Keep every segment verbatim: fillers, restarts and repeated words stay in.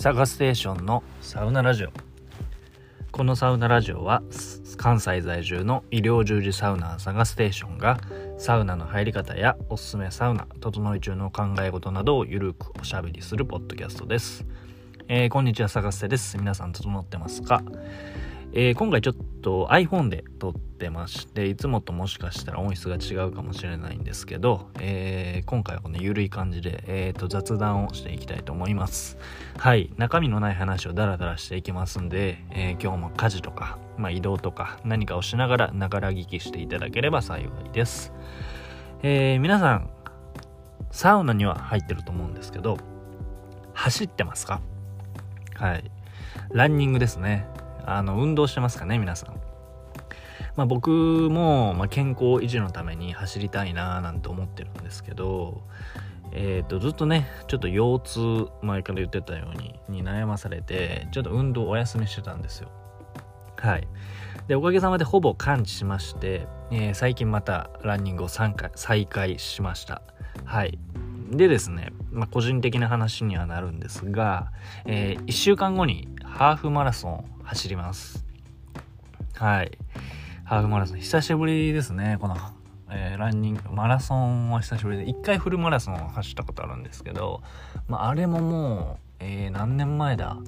サガステーションのサウナラジオ。このサウナラジオは関西在住の医療従事サウナーサガステーションがサウナの入り方やおすすめサウナ、整い中の考え事などをゆるくおしゃべりするポッドキャストです。えー、こんにちは、サガステです。皆さん整ってますか？えー、今回ちょっと iPhone で撮ってまして、いつもともしかしたら音質が違うかもしれないんですけど、えー、今回はこのゆるい感じで、えー、と雑談をしていきたいと思います。はい、中身のない話をダラダラしていきますんで、えー、今日も家事とか、まあ、移動とか何かをしながらながら聞きしていただければ幸いです。えー、皆さんサウナには入ってると思うんですけど、走ってますか？はい、ランニングですね。あの運動してますかね、皆さん。まあ、僕も、まあ、健康維持のために走りたいななんて思ってるんですけど、えー、とずっとねちょっと腰痛、前から言ってたようにに悩まされて、ちょっと運動をお休みしてたんですよ。はい。でおかげさまでほぼ完治しまして、えー、最近またランニングをさんかい再開しました。はい。でですね、まあ、個人的な話にはなるんですが、えー、いっしゅうかんごにハーフマラソン走ります。はい。ハーフマラソン久しぶりですね。この、えー、ランニングマラソンは久しぶりで、いっかいフルマラソンを走ったことあるんですけど、まあ、あれももう、えー、何年前だ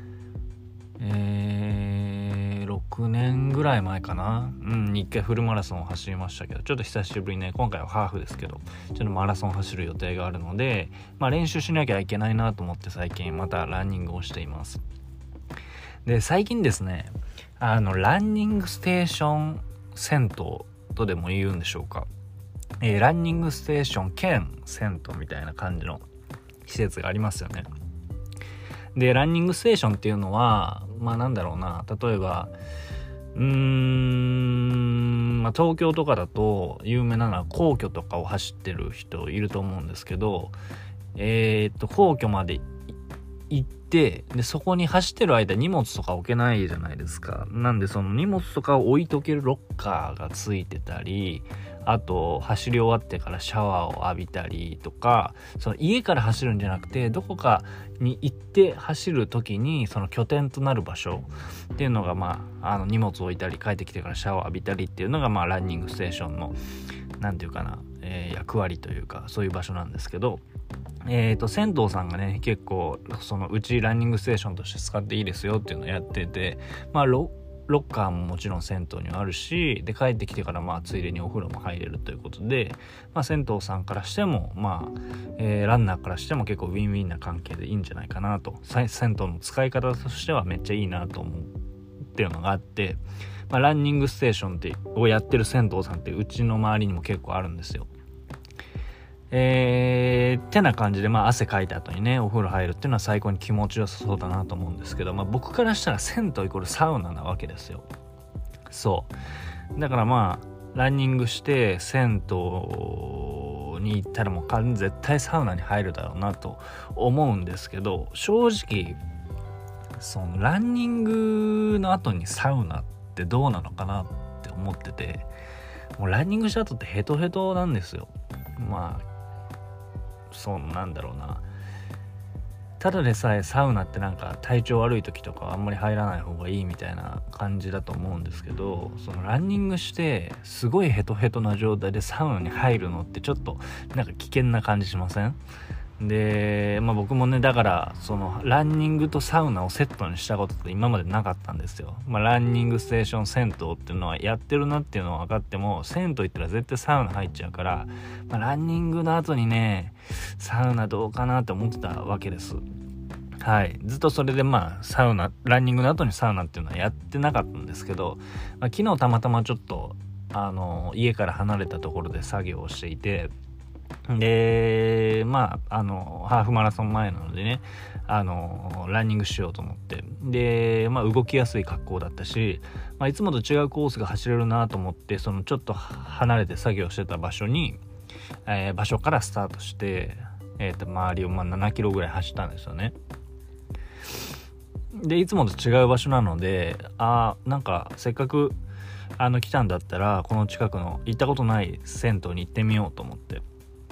えー、ろくねんぐらい前かな。うんいっかいフルマラソンを走りましたけど、ちょっと久しぶりね、今回はハーフですけどちょっとマラソン走る予定があるので、まあ、練習しなきゃいけないなと思って最近またランニングをしています。で最近ですね、あのランニングステーション銭湯とでも言うんでしょうか、えー、ランニングステーション兼銭湯みたいな感じの施設がありますよね。でランニングステーションっていうのは、まあなんだろうな、例えばうーん、まあ、東京とかだと有名なのは皇居とかを走ってる人いると思うんですけど、えー、っと皇居まで行って、でそこに走ってる間荷物とか置けないじゃないですか。なんでその荷物とかを置いとけるロッカーがついてたり、あと走り終わってからシャワーを浴びたりとか、その家から走るんじゃなくてどこかに行って走る時にその拠点となる場所っていうのが、まあ、あの荷物を置いたり帰ってきてからシャワーを浴びたりっていうのが、まあランニングステーションのなんていうかな、えー、役割というかそういう場所なんですけど、えーと銭湯さんがね結構そのうちランニングステーションとして使っていいですよっていうのをやってて、まあロロッカーももちろん銭湯にはあるし、で帰ってきてからまあついでにお風呂も入れるということで、まあ、銭湯さんからしてもまあ、えー、ランナーからしても結構ウィンウィンな関係でいいんじゃないかなと、銭湯の使い方としてはめっちゃいいなと思うっていうのがあって、まあ、ランニングステーションってをやってる銭湯さんってうちの周りにも結構あるんですよ。えー、てな感じで、まあ汗かいた後にねお風呂入るっていうのは最高に気持ちよさそうだなと思うんですけど、まあ僕からしたら銭湯イコールサウナなわけですよ。そうだからまあランニングして銭湯に行ったらもう絶対サウナに入るだろうなと思うんですけど、正直そのランニングの後にサウナってどうなのかなって思ってて、もうランニングした後ってヘトヘトなんですよ。まあそうなんだろうな、ただでさえサウナってなんか体調悪い時とかはあんまり入らない方がいいみたいな感じだと思うんですけど、そのランニングしてすごいヘトヘトな状態でサウナに入るのってちょっとなんか危険な感じしません？で、まあ僕もねだからそのランニングとサウナをセットにしたことって今までなかったんですよ。まあランニングステーション銭湯っていうのはやってるなっていうのは分かっても、銭湯行ったら絶対サウナ入っちゃうから、まあ、ランニングの後にねサウナどうかなって思ってたわけです。はい、ずっとそれでまあサウナランニングの後にサウナっていうのはやってなかったんですけど、まあ、昨日たまたまちょっとあの家から離れたところで作業をしていて、でまああのハーフマラソン前なのでね、あのランニングしようと思って、でまあ動きやすい格好だったし、まあ、いつもと違うコースが走れるなと思って、そのちょっと離れて作業してた場所に、えー、場所からスタートして、えー、と周りをまあななキロぐらい走ったんですよね。でいつもと違う場所なので、あーなんかせっかくあの来たんだったらこの近くの行ったことない銭湯に行ってみようと思って、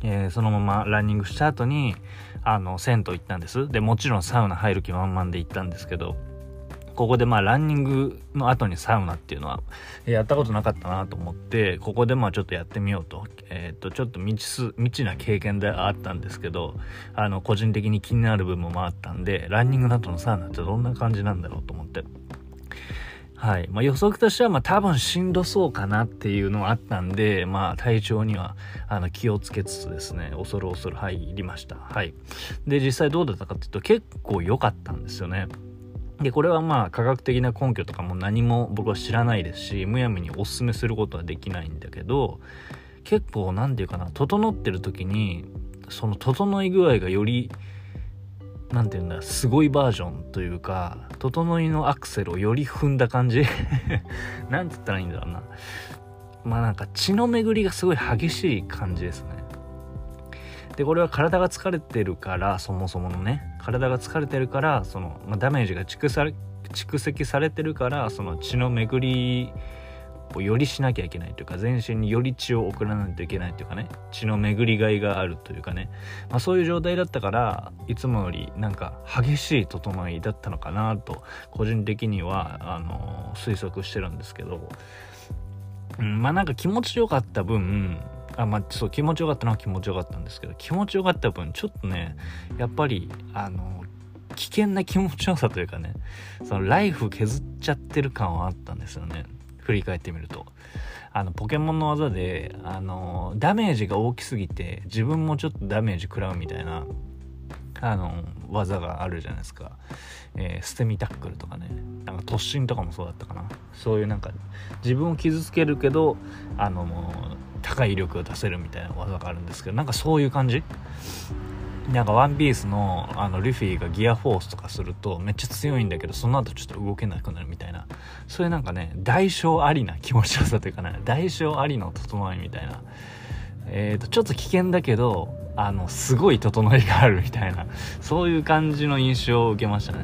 えー、そのままランニングした後にあの銭湯行ったんです。でもちろんサウナ入る気満々で行ったんですけど、ここでまあランニングの後にサウナっていうのはやったことなかったなと思って、ここでまあちょっとやってみようと、えっとちょっと未知未知な経験であったんですけど、あの個人的に気になる部分もあったんで、ランニングの後のサウナってどんな感じなんだろうと思って、はい、まあ、予測としてはまあ多分しんどそうかなっていうのはあったんで、まあ体調にはあの気をつけつつですね、恐る恐る入りました。はい。で実際どうだったかっていうと結構良かったんですよね。でこれはまあ科学的な根拠とかも何も僕は知らないですし、むやみにおすすめすることはできないんだけど、結構なんていうかな、整ってる時にその整い具合がよりなんていうんだ、すごいバージョンというか、整いのアクセルをより踏んだ感じなんて言ったらいいんだろうな、まあなんか血の巡りがすごい激しい感じですね。でこれは体が疲れてるから、そもそものね体が疲れてるからその、まあ、ダメージが蓄され蓄積されてるから、その血の巡りをよりしなきゃいけないというか、全身により血を送らないといけないというかね、血の巡りがいがあるというかね、まあ、そういう状態だったから、いつもよりなんか激しい整いだったのかなと個人的にはあの推測してるんですけど、うん、まあなんか気持ちよかった分、あまあそう気持ちよかったのは気持ちよかったんですけど、気持ちよかった分ちょっとねやっぱりあの危険な気持ちよさというかね、そのライフ削っちゃってる感はあったんですよね。振り返ってみると、あのポケモンの技であのダメージが大きすぎて自分もちょっとダメージ食らうみたいなあの技があるじゃないですか、えー、捨て身タックルとかね、なんか突進とかもそうだったかな。そういうなんか自分を傷つけるけどあのもう高い威力を出せるみたいな技があるんですけど、なんかそういう感じ。なんかワンピースのあのルフィがギアフォースとかするとめっちゃ強いんだけど、その後ちょっと動けなくなるみたいな、そういうなんかね代償ありな気持ちよさというかね、代償ありの整いみたいな、えーとちょっと危険だけどあのすごい整いがあるみたいな、そういう感じの印象を受けましたね。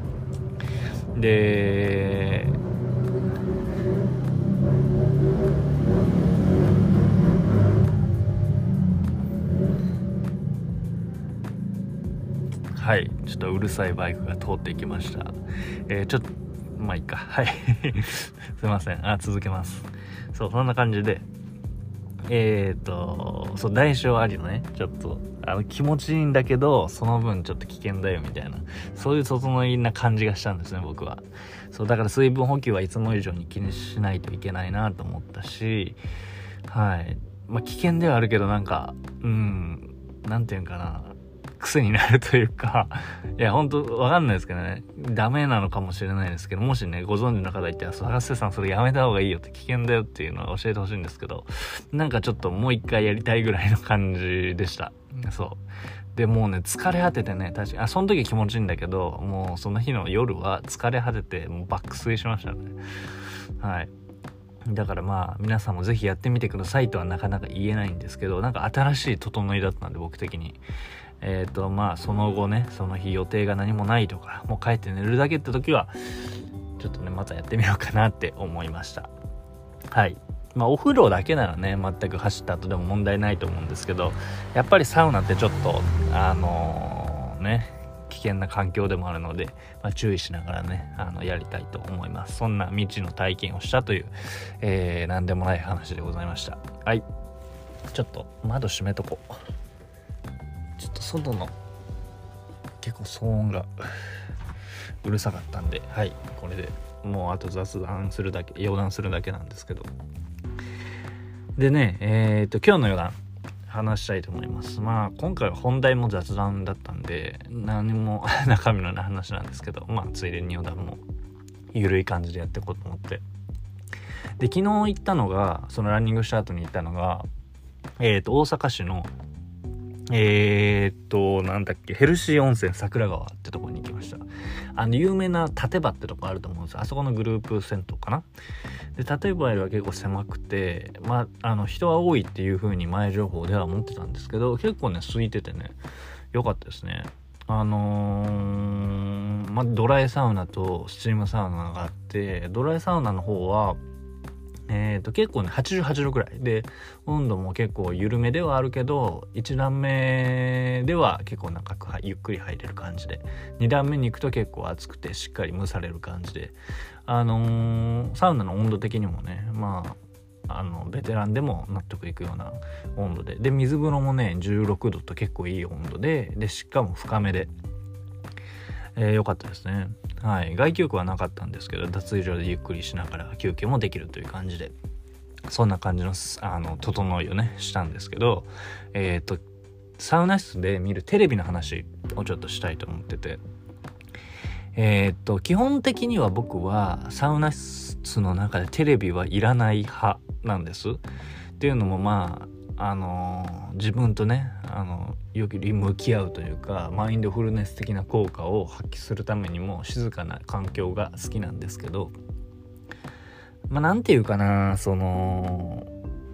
ではい、ちょっとうるさいバイクが通っていきました。えー、ちょっとまあいいか、はいすいません、あ続けます。そうそんな感じで、えーとそう代償ありのね、ちょっとあの気持ちいいんだけどその分ちょっと危険だよみたいな、そういう整いな感じがしたんですね僕は。そうだから水分補給はいつも以上に気にしないといけないなと思ったし、はいまあ危険ではあるけどなんかうんなんていうんかな、癖になるというかいや本当わかんないですけどね、ダメなのかもしれないですけど、もしねご存知の方いたら博士さんそれやめた方がいいよって危険だよっていうのは教えてほしいんですけど、なんかちょっともう一回やりたいぐらいの感じでした。そうでもうね疲れ果ててね、確かにあその時気持ちいいんだけど、もうその日の夜は疲れ果ててもう爆睡しましたね。はいだからまあ皆さんもぜひやってみてくださいとはなかなか言えないんですけど、なんか新しい整いだったんで僕的に、えっとまあその後ね、その日予定が何もないとかもう帰って寝るだけって時はちょっとねまたやってみようかなって思いました。はいまあお風呂だけならね全く走った後でも問題ないと思うんですけど、やっぱりサウナってちょっとあのー、ね危険な環境でもあるので、まあ、注意しながらねあのやりたいと思います。そんな未知の体験をしたという、えー、なんでもない話でございました。はいちょっと窓閉めとこう。ちょっと外の結構騒音がうるさかったんで、はいこれでもうあと雑談するだけ、余談するだけなんですけど、でねえっと今日の余談話したいと思います。まあ今回は本題も雑談だったんで何も中身のない話なんですけど、まあついでに余談もゆるい感じでやっていこうと思って、で昨日行ったのが、そのランニングした後に行ったのがえっと大阪市のえー、っとなんだっけヘルシー温泉桜川ってとこに行きました。あの有名な立場ってとこあると思うんですよ。あそこのグループ銭湯かな。で立場よりは結構狭くて、まああの人は多いっていう風に前情報では思ってたんですけど、結構ね空いててね良かったですね。あのー、まあドライサウナとスチームサウナがあって、ドライサウナの方はえー、と結構ねはちじゅうはちどくらいで、温度も結構緩めではあるけどいち段目では結構長くゆっくり入れる感じで、に段目に行くと結構暑くてしっかり蒸される感じで、あのー、サウナの温度的にもね、まああのベテランでも納得いくような温度で、で水風呂もねじゅうろくどと結構いい温度で、でしかも深めでえー、良かったですね。はい、外気浴はなかったんですけど、脱衣所でゆっくりしながら休憩もできるという感じで、そんな感じのあの整いをねしたんですけど、えっとサウナ室で見るテレビの話をちょっとしたいと思ってて、えっと基本的には僕はサウナ室の中でテレビはいらない派なんです。っていうのもまああのー、自分とねあのより向き合うというか、マインドフルネス的な効果を発揮するためにも静かな環境が好きなんですけど、まあなんていうかな、その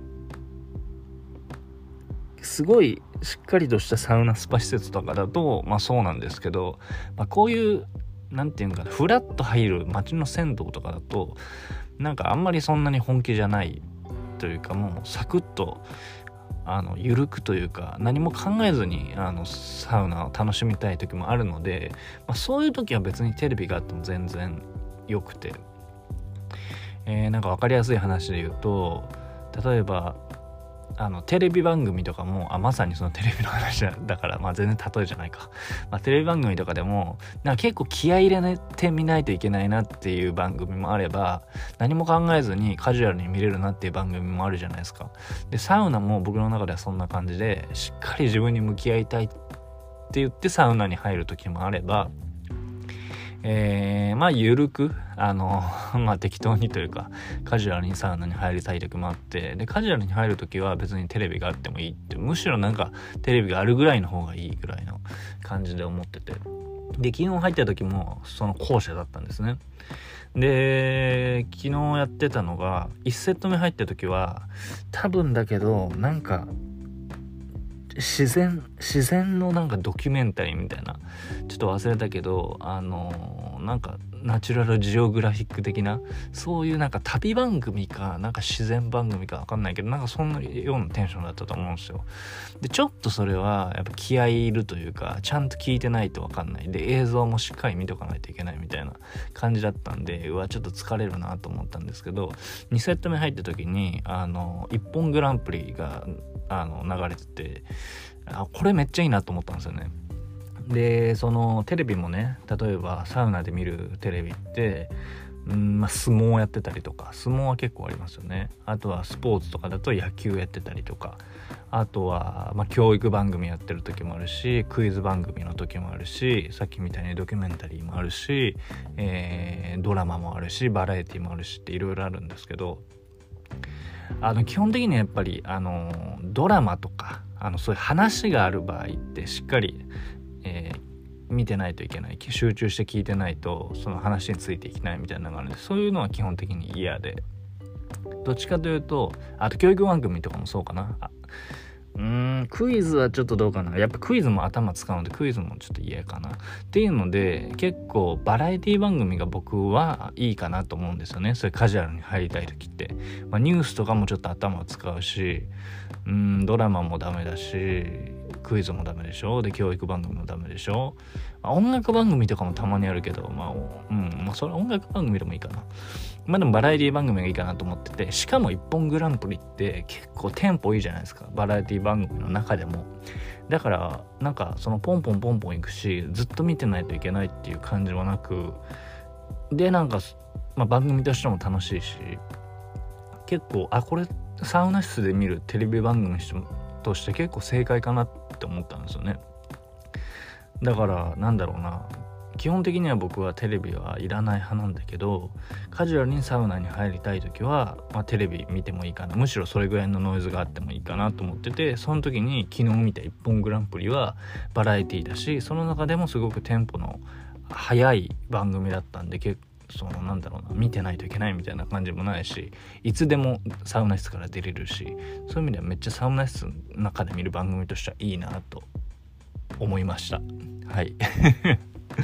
すごいしっかりとしたサウナスパ施設とかだとまあそうなんですけど、まあ、こういうなんていうかフラッと入る街の銭湯とかだとなんかあんまりそんなに本気じゃないというか、もうサクッとあの緩くというか何も考えずにあのサウナを楽しみたい時もあるので、まあ、そういう時は別にテレビがあっても全然よくて、えー、なんか分かりやすい話で言うと、例えばあのテレビ番組とかもあまさにそのテレビの話だから、まあ、全然例えじゃないか、まあ、テレビ番組とかでもなんか結構気合い入れてみないといけないなっていう番組もあれば、何も考えずにカジュアルに見れるなっていう番組もあるじゃないですか。でサウナも僕の中ではそんな感じで、しっかり自分に向き合いたいって言ってサウナに入る時もあれば、えー、まあゆるくあのまあ適当にというかカジュアルにサウナに入りたい時もあって、でカジュアルに入る時は別にテレビがあってもいいって、むしろなんかテレビがあるぐらいの方がいいぐらいの感じで思ってて、で昨日入った時もその後者だったんですね。で昨日やってたのがいちセット目入った時は多分だけどなんか自然自然のなんかドキュメンタリーみたいな、ちょっと忘れたけどあのー、なんかナチュラルジオグラフィック的な、そういうなんか旅番組かなんか自然番組か分かんないけど、なんかそんなようなテンションだったと思うんですよ。でちょっとそれはやっぱ気合いいるというか、ちゃんと聞いてないと分かんないで、映像もしっかり見とかないといけないみたいな感じだったんで、うわちょっと疲れるなと思ったんですけど、にセット目入った時にあの一本グランプリがあの流れてて、あこれめっちゃいいなと思ったんですよね。でそのテレビもね、例えばサウナで見るテレビってうんまあ、相撲をやってたりとか、相撲は結構ありますよね。あとはスポーツとかだと野球やってたりとか、あとは、まあ、教育番組やってる時もあるし、クイズ番組の時もあるし、さっきみたいにドキュメンタリーもあるし、えー、ドラマもあるし、バラエティもあるしっていろいろあるんですけど、あの基本的にやっぱりあのドラマとかあのそういう話がある場合ってしっかり、えー見てないといけない、集中して聞いてないとその話についていけないみたいなのがあるんで、そういうのは基本的に嫌で、どっちかというと、あと教育番組とかもそうかな、あうーんクイズはちょっとどうかな、やっぱクイズも頭使うのでクイズもちょっと嫌かなっていうので、結構バラエティ番組が僕はいいかなと思うんですよね。それカジュアルに入りたい時って、まあ、ニュースとかもちょっと頭を使うし、うーんドラマもダメだし、クイズもダメでしょ、で教育番組もダメでしょ、まあ、音楽番組とかもたまにあるけど、まあうんまあそれ音楽番組でもいいかな。まあでもバラエティ番組がいいかなと思ってて、しかも一本グランプリって結構テンポいいじゃないですか、バラエティ番組の中でも。だからなんかそのポンポンポンポンいくし、ずっと見てないといけないっていう感じもなく、でなんか、まあ、番組としても楽しいし、結構あこれサウナ室で見るテレビ番組として結構正解かなって思ったんですよね。だからなんだろうな、基本的には僕はテレビはいらない派なんだけど、カジュアルにサウナに入りたい時は、まあ、テレビ見てもいいかな、むしろそれぐらいのノイズがあってもいいかなと思ってて、その時に昨日見た一本グランプリはバラエティだし、その中でもすごくテンポの速い番組だったんで、結構そのなんだろうな、見てないといけないみたいな感じもないし、いつでもサウナ室から出れるし、そういう意味ではめっちゃサウナ室の中で見る番組としてはいいなと思いました。はい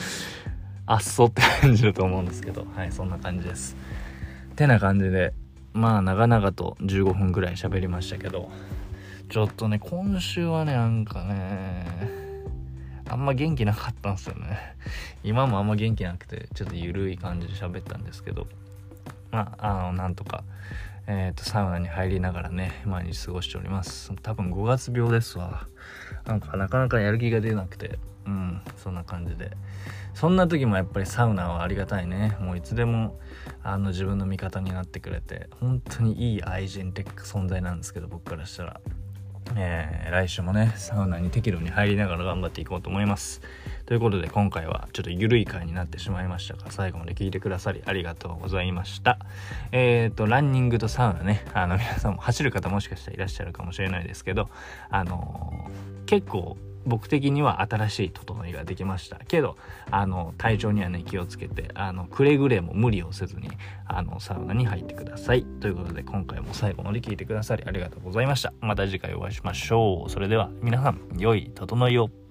あっそうって感じだと思うんですけど、はいそんな感じです。てな感じで、 まあ長々とじゅうごふんぐらい喋りましたけど、ちょっとね今週はねなんかねあんま元気なかったんですよね。今もあんま元気なくてちょっとゆるい感じで喋ったんですけど、まああのなんとかえっとサウナに入りながらね毎日過ごしております。多分ごがつ病ですわ。なんかなかなかやる気が出なくて、うんそんな感じで、そんな時もやっぱりサウナはありがたいね。もういつでもあの自分の味方になってくれて本当にいい愛人的存在なんですけど、僕からしたらえー、来週もねサウナに適度に入りながら頑張っていこうと思います。ということで今回はちょっとゆるい回になってしまいましたが、最後まで聞いてくださりありがとうございました。えーとランニングとサウナね、あの皆さんも走る方もしかしたらいらっしゃるかもしれないですけど、あのー、結構僕的には新しい整いができましたけど、あの体調にはね気をつけて、あのくれぐれも無理をせずにあのサウナに入ってください。ということで今回も最後まで聞いてくださりありがとうございました。また次回お会いしましょう。それでは皆さん良い整いを。